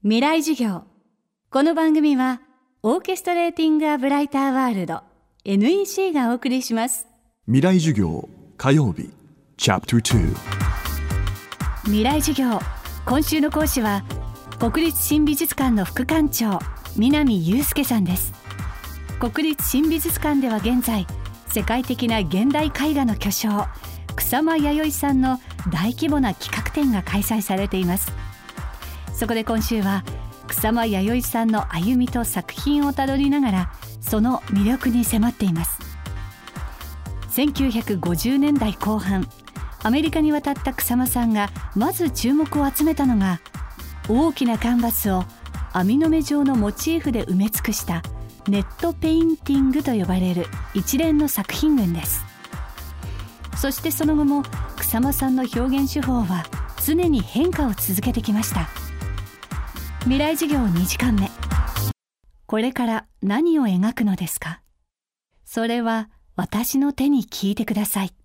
未来授業。この番組はオーケストレーティング・ア・ブライター・ワールド NEC がお送りします。 未来授業火曜日チャプター2。 未来授業、今週の講師は国立新美術館の副館長南祐介さんです。国立新美術館では現在、世界的な現代絵画の巨匠草間彌生さんの大規模な企画展が開催されています。そこで今週は草間彌生さんの歩みと作品をたどりながら、その魅力に迫っています。1950年代後半、アメリカに渡った草間さんがまず注目を集めたのが、大きなカンバスを網の目状のモチーフで埋め尽くしたネットペインティングと呼ばれる一連の作品群です。そしてその後も草間さんの表現手法は常に変化を続けてきました。未来授業2時間目。これから何を描くのですか？それは私の手に聞いてください。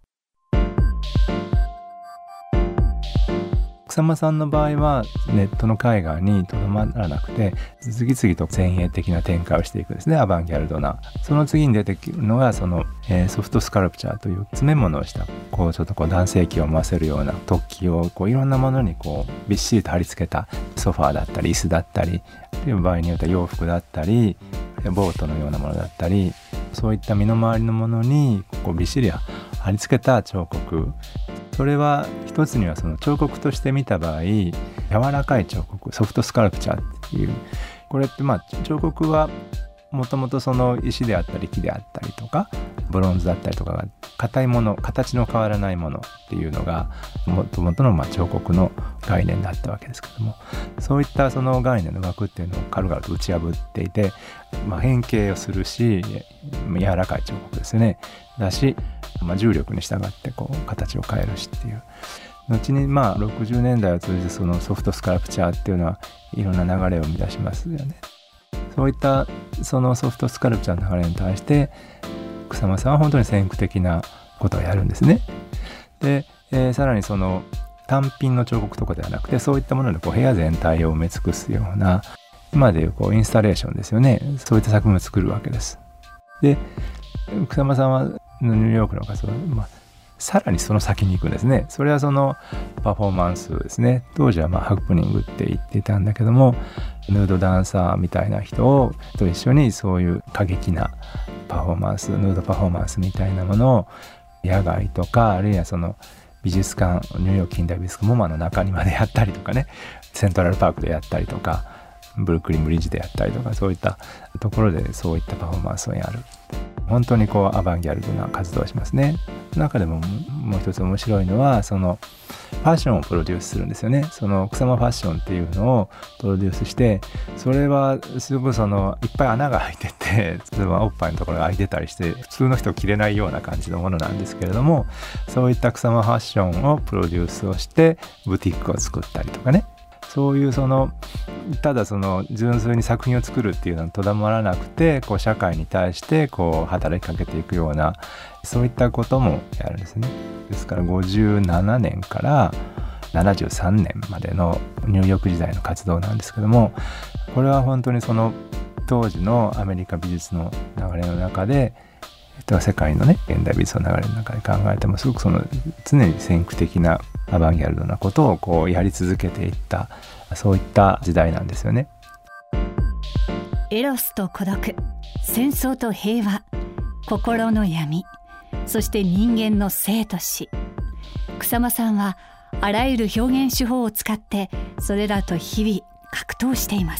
草間さんの場合はネットの絵画にとどまらなくて、次々と前衛的な展開をしていくんですね。アバンギャルドな。その次に出てくるのがその、ソフトスカルプチャーという詰め物をしたちょっと男性器を思わせるような突起をいろんなものにびっしりと貼り付けたソファーだったり椅子だったりという場合によっては洋服だったりボートのようなものだったり、そういった身の回りのものにびっしり貼り付けた彫刻。それは一つにはその彫刻として見た場合、柔らかい彫刻、ソフトスカルプチャーっていう、これって彫刻はもともとその石であったり木であったりとかブロンズだったりとかが硬いもの、形の変わらないものっていうのがもともとの彫刻の概念だったわけですけども、そういったその概念の枠っていうのを軽々と打ち破っていて、変形をするし柔らかい彫刻ですよね。だし、重力に従って形を変えるしっていう。後に60年代を通じてそのソフトスカルプチャーっていうのはいろんな流れを生み出しますよね。そういったそのソフトスカルプチャーの流れに対して草間さんは本当に先駆的なことをやるんですね。で、さらにその単品の彫刻とかではなくて、そういったもので部屋全体を埋め尽くすような、今でいうインスタレーションですよね。そういった作品を作るわけです。で、草間さんはニューヨークの活動、さらにその先に行くんですね。それはそのパフォーマンスですね。当時はハプニングって言っていたんだけども、ヌードダンサーみたいな人と一緒にそういう過激なパフォーマンス、ヌードパフォーマンスみたいなものを野外とか、あるいはその美術館、ニューヨーク近代美術館モマの中にまでやったりとかね、セントラルパークでやったりとか、ブルックリンブリッジでやったりとか、そういったところでそういったパフォーマンスをやる。本当にアバンギャルドな活動をしますね。中でももう一つ面白いのは、そのファッションをプロデュースするんですよね。その草間ファッションっていうのをプロデュースして、それはすごくいっぱい穴が開いてて、例えばおっぱいのところが開いてたりして、普通の人着れないような感じのものなんですけれども、そういった草間ファッションをプロデュースをしてブティックを作ったりとかね、そういうただ純粋に作品を作るっていうのにとどまらなくて、社会に対して働きかけていくような、そういったこともやるんですね。ですから57年から73年までのニューヨーク時代の活動なんですけども、これは本当に当時のアメリカ美術の流れの中で、世界のね現代美術の流れの中で考えても、すごく常に先駆的なアバンギャルドなことをやり続けていった、そういった時代なんですよね。 エロスと孤独、戦争と平和、心の闇、そして人間の生と死。草間さんはあらゆる表現手法を使ってそれらと日々格闘しています。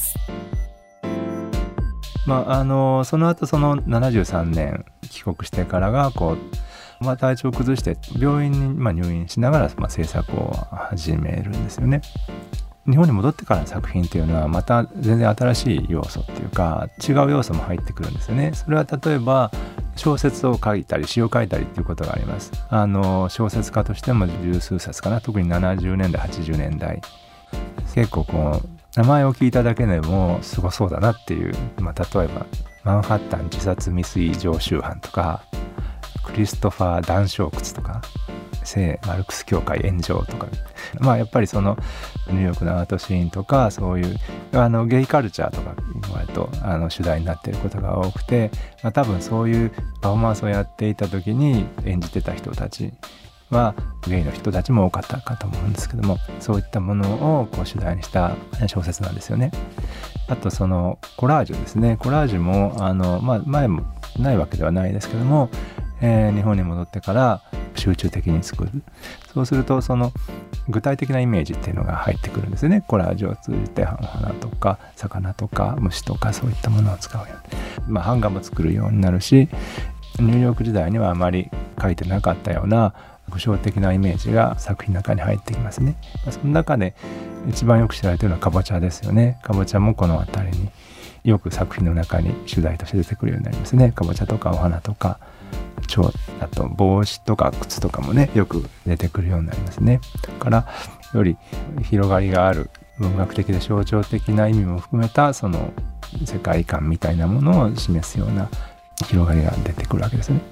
その後73年帰国してからが体調を崩して病院に入院しながら制作を始めるんですよね。日本に戻ってからの作品っていうのはまた全然新しい要素っていうか、違う要素も入ってくるんですよね。それは例えば小説を書いたり詩を書いたりっていうことがあります。小説家としても十数冊かな、特に70年代80年代、結構名前を聞いただけでもすごそうだなっていう、例えばマンハッタン自殺未遂常習犯とか、クリストファー・ダンショークツとか、 聖マルクス教会炎上とか、やっぱりそのニューヨークのアートシーンとか、そういうゲイカルチャーとか割と主題になっていることが多くて、多分そういうパフォーマンスをやっていた時に演じてた人たちはゲイの人たちも多かったかと思うんですけども、そういったものを主題にした小説なんですよね。あとそのコラージュですね。コラージュも前もないわけではないですけども、日本に戻ってから集中的に作る。そうするとその具体的なイメージっていうのが入ってくるんですよね。コラージュを通じて花とか魚とか虫とかそういったものを使うように、版画も作るようになるし、ニューヨーク時代にはあまり描いてなかったような具象的なイメージが作品の中に入ってきますね。その中で一番よく知られているのはかぼちゃですよね。かぼちゃもこの辺りによく作品の中に主題として出てくるようになりますね。かぼちゃとかお花とかあと帽子とか靴とかもね、よく出てくるようになりますね。だからより広がりがある文学的で象徴的な意味も含めたその世界観みたいなものを示すような広がりが出てくるわけですね。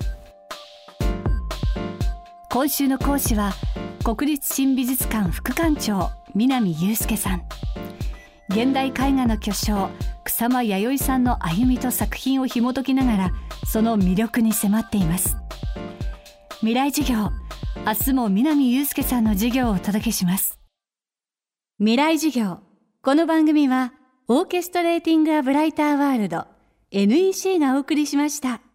今週の講師は国立新美術館副館長南雄介さん。現代絵画の巨匠草間彌生さんの歩みと作品を紐解きながら、その魅力に迫っています。未来授業、明日も南雄介さんの授業をお届けします。未来授業、この番組はオーケストレーティング・ア・ブライター・ワールド NEC がお送りしました。